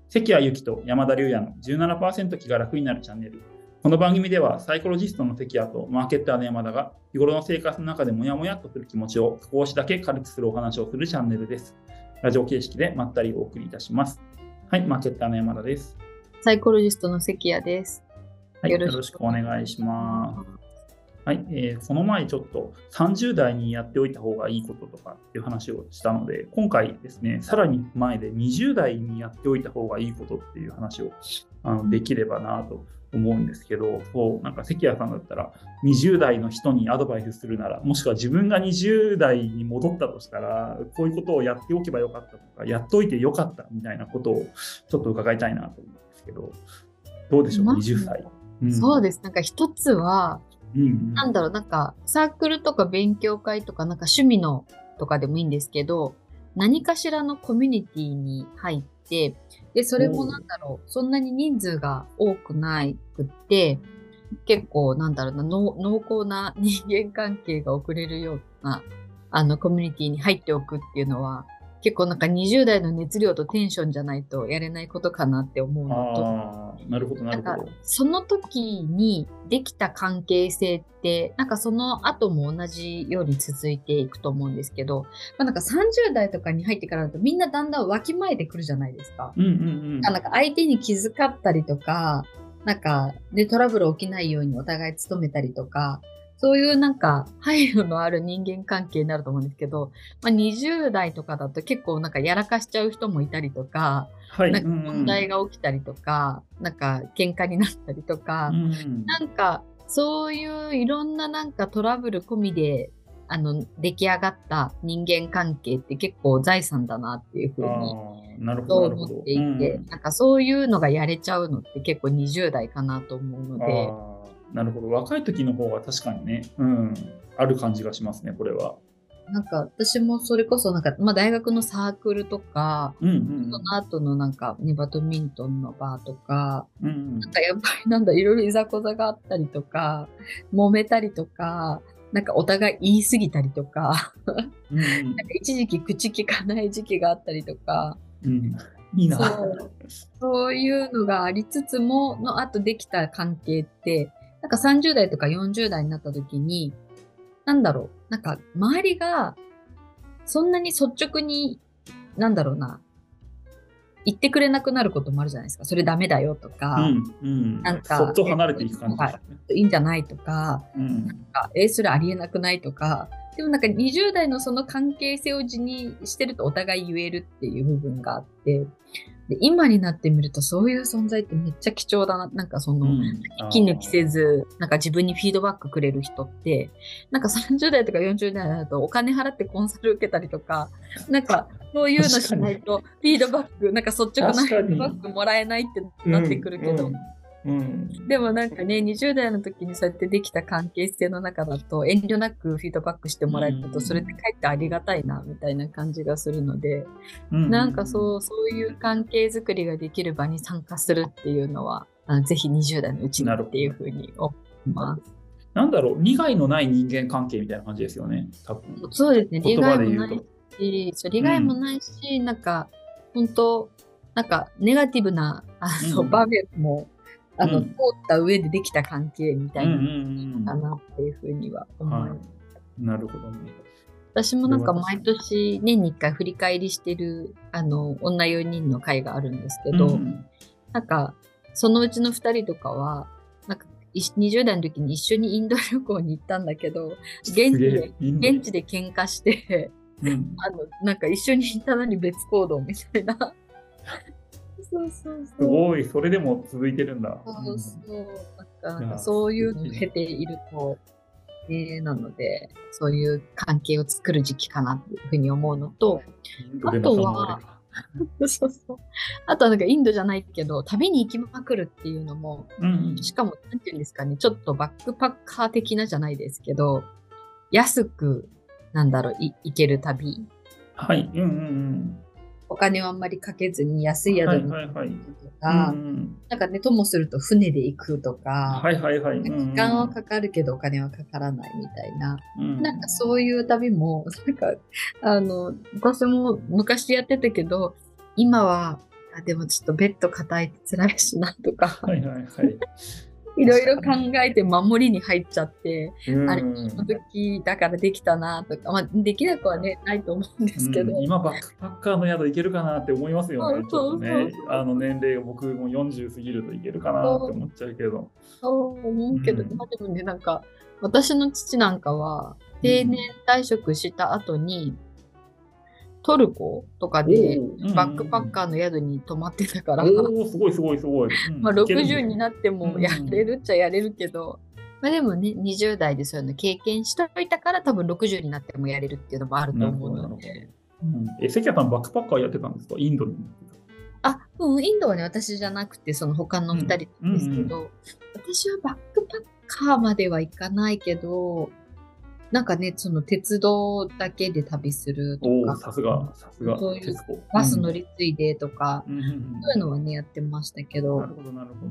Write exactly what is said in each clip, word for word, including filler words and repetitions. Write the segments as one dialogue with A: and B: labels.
A: 関谷由紀と山田龍也の じゅうななパーセント 気が楽になるチャンネル。この番組ではサイコロジストの関谷とマーケッターの山田が日頃の生活の中でモヤモヤっとする気持ちを少しだけ軽くするお話をするチャンネルです。ラジオ形式でまったりお送りいたします。はい、マーケッターの山田です。
B: サイコロジストの関谷です。
A: はい、よろしくお願いします。はい、えー、この前ちょっとさんじゅう代にやっておいた方がいいこととかっていう話をしたので、今回ですね、さらに前でにじゅう代にやっておいた方がいいことっていう話をあのできればなと思うんですけど、そうなんか関谷さんだったらにじゅう代の人にアドバイスするなら、もしくは自分がにじゅう代に戻ったとしたら、こういうことをやっておけばよかったとか、やっておいてよかったみたいなことをちょっと伺いたいなと思うんですけど、どうでしょう、ま、にじゅっさい。
B: うん、そうです。なんか一つは、
A: うんうん、
B: なんだろう、なんかサークルとか勉強会とか、なんか趣味のとかでもいいんですけど、何かしらのコミュニティに入って、で、それもなんだろう、そんなに人数が多くないくって、結構なんだろうな、濃厚な人間関係が送れるような、あの、コミュニティに入っておくっていうのは、結構なんかにじゅう代の熱量とテンションじゃないとやれないことかなって思うのと、
A: あー、なるほどなるほど。
B: その時にできた関係性って、なんかその後も同じように続いていくと思うんですけど、まあ、なんかさんじゅう代とかに入ってからだとみんなだんだんわきまえてくるじゃないですか。
A: うんうんうん、
B: なんか相手に気遣ったりとか、なんかでトラブル起きないようにお互い努めたりとか、そういうなんか配慮のある人間関係になると思うんですけど、まあ、にじゅう代とかだと結構なんかやらかしちゃう人もいたりとか、
A: はい、
B: なんか問題が起きたりとか、うんうん、なんか喧嘩になったりとか、
A: うんうん、
B: なんかそういういろんななんかトラブル込みであの出来上がった人間関係って結構財産だなっていうふうに思っていて、なんかそういうのがやれちゃうのって結構にじゅう代かなと思うので。
A: なるほど。若い時の方が確かにね、うん、ある感じがしますね、これは。
B: なんか私もそれこそなんか、まあ、大学のサークルとか、
A: うんうん、
B: その後のなんか、ね、バドミントンのバーとか、
A: うんうん、
B: なんかやっぱりなんだ、いろいろいざこざがあったりとか、揉めたりとか、なんかお互い言い過ぎたりとか、うんうん、なんか一時期口聞かない時期があったりとか、
A: うん、いいな。
B: そう、そういうのがありつつも、の後できた関係って、なんかさんじゅう代とかよんじゅう代になった時に、なんだろう、なんか周りがそんなに率直に、なんだろうな、言ってくれなくなることもあるじゃないですか。それダメだよとか、
A: うんうん、
B: なんか、
A: そっと離れていく感じですね。
B: いいんじゃないとか、
A: うん、
B: なんか、え、それありえなくないとか、でもなんかにじゅう代のその関係性を地にしてるとお互い言えるっていう部分があって、で今になってみるとそういう存在ってめっちゃ貴重だな。なんかその、うん、息抜きせず、なんか自分にフィードバックくれる人って、なんかさんじゅう代とかよんじゅう代だとお金払ってコンサル受けたりとか、なんかそういうのしないとフィードバック、なんか率直なフィードバックもらえないってなってくるけど、うんうんうん、でもなんかね、にじゅう代の時にそうやってできた関係性の中だと遠慮なくフィードバックしてもらえると、それってかえってありがたいな、みたいな感じがするので、うん、なんかそう、そういう関係づくりができる場に参加するっていうのは、あのぜひにじゅう代のうちにっていうふうに思います。
A: なんだろう、利害のない人間関係みたいな感じですよね、多分。
B: そうですね、利害もないし、そう利害もないし、うん、なんか、本当なんか、ネガティブな、あの、うん、場面も、あの、うん、通った上でできた関係みたいなのかなっていうふうには思います。はい、
A: なるほどね。
B: 私もなんか毎年年にいっかい振り返りしてる、あの、女よにんの会があるんですけど、うん、なんか、そのうちのふたりとかは、なんか、にじゅう代の時に一緒にインド旅行に行ったんだけど、現地で、現地で喧嘩して、うん、あの、なんか一緒に行ったのに別行動みたいな。そうそうそう。
A: すごい、それでも続いてるんだ。
B: そうそう。なんか、そういうのを経ていると、えー、なので、そういう関係を作る時期かなっていうふうに思うのと、あとは、そうそう。あとはなんかインドじゃないけど、旅に行きまくるっていうのも、うんうん、しかも、なんていうんですかね、ちょっとバックパッカー的なじゃないですけど、安く、なんだろう、い行ける旅。
A: はい。うんうんうん。
B: お金をあんまりかけずに安い宿に行くとか、なんかね、ともすると船で行くとか、
A: はいはいはい、
B: 時間はかかるけどお金はかからないみたいな、うん、なんかそういう旅も、なんか、あの、私も昔やってたけど、今はあでもちょっとベッド硬いって辛いしなとか、
A: はいはいはい。
B: いろいろ考えて守りに入っちゃって、
A: うん
B: あれ、この時だからできたなとか、まあ、できなくはね、ないと思うんですけど。
A: うん、今バックパッカーの宿行けるかなって思いますよね。ちょっとね、
B: そうそうそう
A: あの年齢が僕もよんじゅう過ぎるといけるかなって思っちゃうけど。
B: そう思うけど、
A: うん
B: まあでもね、なんか、私の父なんかは、定年退職した後に、トルコとかでバックパッカーの宿に泊まってたから、
A: おお、すごいすごいすごい。うん、
B: まあ
A: いけるんです
B: ろくじゅうになってもやれるっちゃやれるけど、まあでもね、にじゅう代でそういうの経験しといたから多分ろくじゅうになってもやれるっていうのもあると思うので。
A: うん、え、関谷さんバックパッカーやってたんですか？インドに。
B: あ、うん、インドはね、私じゃなくて、その他のふたりですけど、
A: うんうん
B: 私はバックパッカーまでは行かないけど、なんかね、その鉄道だけで旅するとか、
A: さすが、さすが、
B: そういう
A: 鉄道
B: バス乗り継いでとか、
A: うんうんうんうん、
B: そういうのはね、やってましたけど、
A: なるほど、なるほど。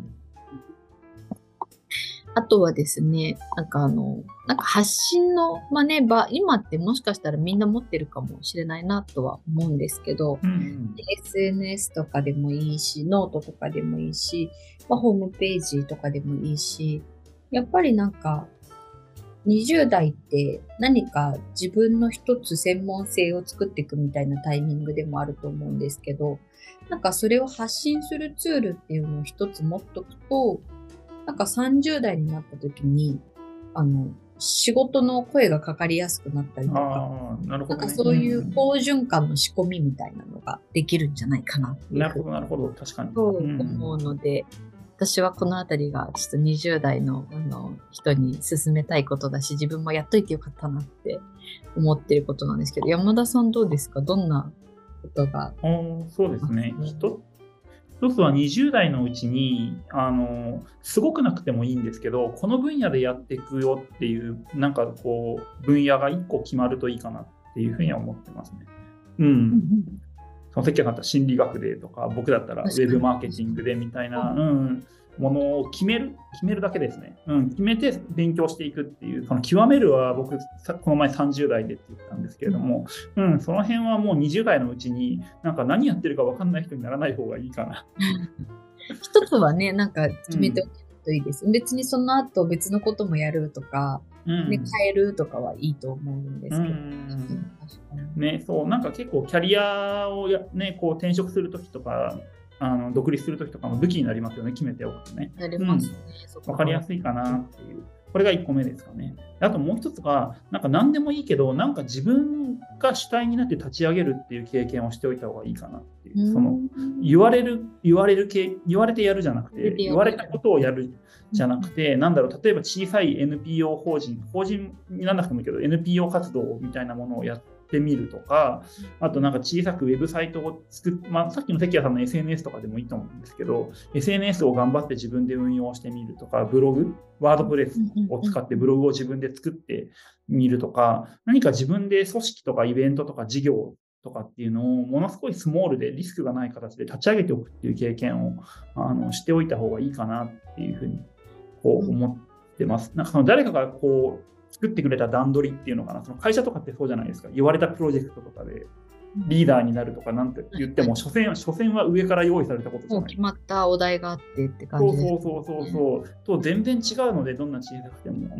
B: あとはですね、なんかあの、なんか発信の、まあね、場、今ってもしかしたらみんな持ってるかもしれないなとは思うんですけど、
A: うんうん、
B: エスエヌエス とかでもいいし、ノートとかでもいいし、まあ、ホームページとかでもいいし、やっぱりなんか、にじゅう代って何か自分の一つ専門性を作っていくみたいなタイミングでもあると思うんですけど、なんかそれを発信するツールっていうのを一つ持っとくと、なんかさんじゅう代になった時に、あの、仕事の声がかかりやすくなったりとか、
A: あなるほどね、
B: なんかそういう好循環の仕込みみたいなのができるんじゃないかなっていう。
A: なるほど、なるほど、確かに。
B: そう思うので、うん私はこのあたりがちょっとにじゅう代の、あの人に勧めたいことだし、自分もやっといてよかったなって思ってることなんですけど、山田さんどうですか？どんなことが？
A: そうですね。一つはにじゅう代のうちに、あの、すごくなくてもいいんですけど、この分野でやっていくよっていう、なんかこう、分野がいっこ決まるといいかなっていうふうには思ってますね。うん。うんその関谷さんだったら心理学でとか、僕だったらウェブマーケティングでみたいな、うん、ものを決める、決めるだけですね。うん、決めて勉強していくっていう、その極めるは僕、この前さんじゅう代でって言ったんですけれども、うん、その辺はもうにじゅう代のうちに、なんか何やってるか分かんない人にならない方がいいかな。
B: 一つはね、なんか決めておくといいです。うん、別にその後別のこともやるとか、うんね、変えるとかはいいと思うんですけど。うん
A: ね、そうなんか結構キャリアをや、ね、こう転職するときとかあの独立するときとかも武器になりますよね、決めておくとね。
B: なりますね。
A: うん、分かりやすいかなっていう。これがいっこめですかね。あともう一つが、なんか何でもいいけど、なんか自分が主体になって立ち上げるっていう経験をしておいた方がいいかなっていう。その言われる、言われる系、言われてやるじゃなくて、言われたことをやるじゃなくて、なんだろう、例えば小さい エヌピーオー 法人、法人にならなくてもいいけど、エヌピーオー 活動みたいなものをやって、ってみるとか、あとなんか小さくウェブサイトを作っ、まあ、さっきの関谷さんの エスエヌエス とかでもいいと思うんですけど、エスエヌエス を頑張って自分で運用してみるとか、ブログ、ワードプレスを使ってブログを自分で作ってみるとか、何か自分で組織とかイベントとか事業とかっていうのをものすごいスモールでリスクがない形で立ち上げておくっていう経験をあのしておいた方がいいかなっていうふうにこう思ってます。なんかその誰かがこう作ってくれた段取りっていうのかな、その会社とかってそうじゃないですか。言われたプロジェクトとかでリーダーになるとかなんて言っても、所詮は、所詮は上から用意されたことじゃない。
B: もう決まったお題があってって感じです、ね。
A: そうそうそうそう。と全然違うので、どんな小さくても。うん。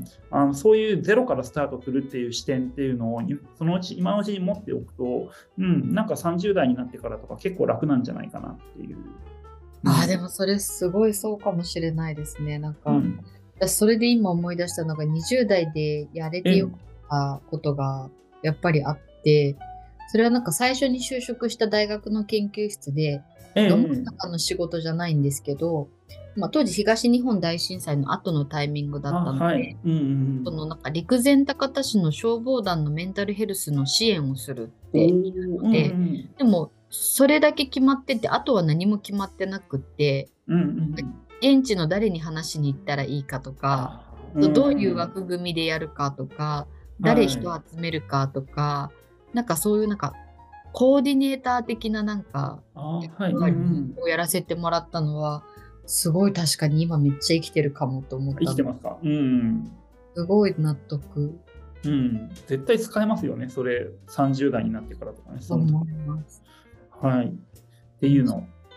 A: あのそういうゼロからスタートするっていう視点っていうのを、そのうち、今のうちに持っておくと、うん、なんかさんじゅう代になってからとか結構楽なんじゃないかなっていう。
B: うん、ああ、でもそれすごいそうかもしれないですね。なんか、うん私それで今思い出したのがにじゅう代でやれてよかったことがやっぱりあって、それはなんか最初に就職した大学の研究室で、世の中の仕事じゃないんですけど、まあ、当時東日本大震災の後のタイミングだったので、はいうんうん、そのなんか陸前高田市の消防団のメンタルヘルスの支援をするっていうので、うんうん、でもそれだけ決まってて、あとは何も決まってなくって、うんうん現地の誰に話しに行ったらいいかとか、うん、どういう枠組みでやるかとか、誰人を集めるかとか、はい、なんかそういうなんかコーディネーター的ななんか役割をやらせてもらったのは、すごい確かに今めっちゃ生きてるかもと思った。
A: 生きてますか？うん。
B: すごい納得。
A: うん。絶対使えますよね。それさんじゅう代になってからとかね。
B: そう思います。
A: はい。っていうの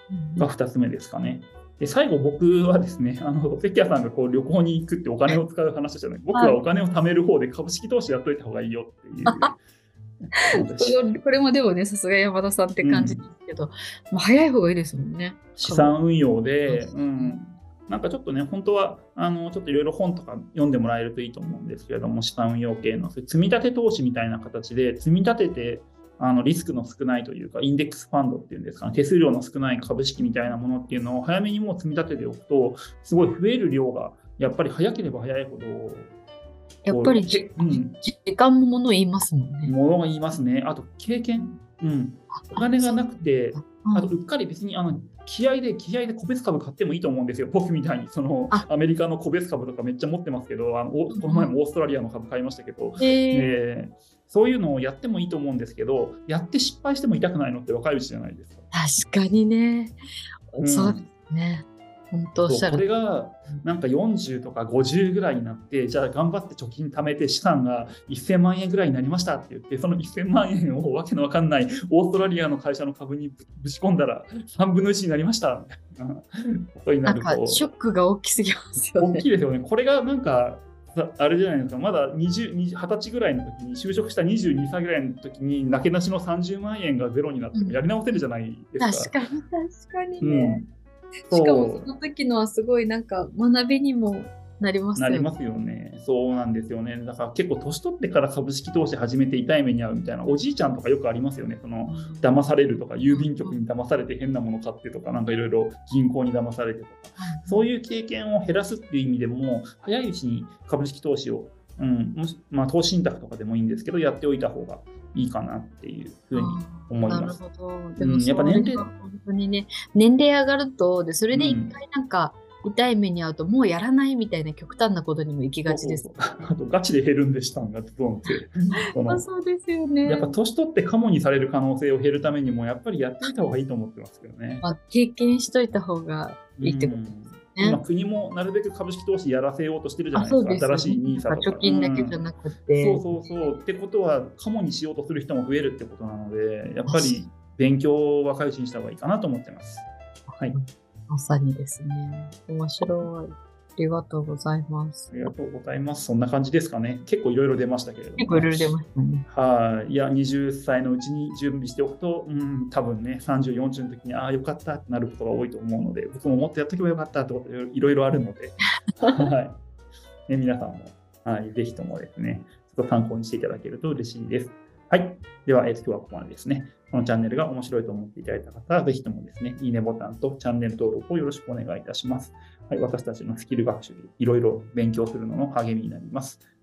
A: がふたつめですかね。で最後、僕はですね、あの関谷さんがこう旅行に行くってお金を使う話じゃない、僕はお金を貯める方で株式投資やっといた方がいいよっていう。
B: これもでもね、さすが山田さんって感じですけど、うん、もう早い方がいいですもんね。
A: 資産運用で、うん、なんかちょっとね、本当はあのちょっといろいろ本とか読んでもらえるといいと思うんですけれども、資産運用系の積み立て投資みたいな形で積み立てて、あのリスクの少ないというか、インデックスファンドっていうんですかね、手数料の少ない株式みたいなものっていうのを早めにもう積み立てておくと、すごい増える量がやっぱり早ければ早いほど、
B: やっぱりじ、うん、時間もものを言いますもんね。
A: ものが言いますね。あと経験、うん、お金がなくて、あとうっかり別にあの気合で気合で個別株買ってもいいと思うんですよ。僕みたいにそのアメリカの個別株とかめっちゃ持ってますけど、あのこの前もオーストラリアの株買いましたけど、えー、そういうのをやってもいいと思うんですけど、やって失敗しても痛くないのって若いうちじゃないですか。
B: 確かにね。うん、そうですね。本当おっしゃる。
A: これがなんかよんじゅうとかごじゅうぐらいになって、じゃあ頑張って貯金貯めて資産がせんまんえんぐらいになりましたって言って、そのせんまんえんをわけのわかんないオーストラリアの会社の株にぶち込んだらさんぶんのいちになりましたみたいなことになると、
B: なんかショックが大きすぎますよね。
A: 大きいですよね。これがなんかあれじゃないですか、まだにじゅう、はたちぐらいの時に、就職したにじゅうにさいぐらいの時に、なけなしのさんじゅうまんえんがゼロになってもやり直せるじゃないですか。
B: うん、確かに、確かにね。うんしかもその時のはすごいなんか学びにもなりますよね。
A: なりますよね。そうなんですよね。だから結構年取ってから株式投資始めて痛い目に遭うみたいな、おじいちゃんとかよくありますよね。その騙されるとか、郵便局に騙されて変なもの買ってとか、なんかいろいろ銀行に騙されてとか、そういう経験を減らすっていう意味でも、早いうちに株式投資を、うんまあ、投資信託とかでもいいんですけど、やっておいた方がいいかなっていうふうに思います。
B: なるほど。でも、やっぱ年齢本当にね、年齢上がると、でそれで一回なんか痛い目に遭うと、もうやらないみたいな極端なことにも行きがちです。
A: あとガチで減るんでしたんがドンって。
B: まあそうですよね。
A: やっぱ年取ってカモにされる可能性を減るためにも、やっぱりやっておいた方がいいと思ってますけどね。
B: まあ、経験しといた方がいいってことですね。
A: 今国もなるべく株式投資やらせようとしてるじゃないですか。すね、新しいニーサとか。
B: 貯金だけじゃなくて、
A: うん。そうそうそう。ってことは、カモにしようとする人も増えるってことなので、やっぱり勉強を若いうちにした方がいいかなと思ってます。はい。
B: まさにですね。面白い。ありがとうございます。
A: ありがとうございます。そんな感じですかね。結構いろいろ出ましたけれども、ね。
B: 結構いろいろ出ましたね。
A: はい。いや、はたちのうちに準備しておくと、うん、多分ね、さんじゅう、よんじゅうの時に、ああ、よかったってなることが多いと思うので、僕ももっとやっとけばよかったってこといろいろあるので、はい。ね、皆さんも、はい、ぜひともですね、ちょっと参考にしていただけると嬉しいです。はい。では、えー、今日はここまでですね。このチャンネルが面白いと思っていただいた方は、ぜひともですね、いいねボタンとチャンネル登録をよろしくお願いいたします。はい、私たちのスキル学習でいろいろ勉強するのの励みになります。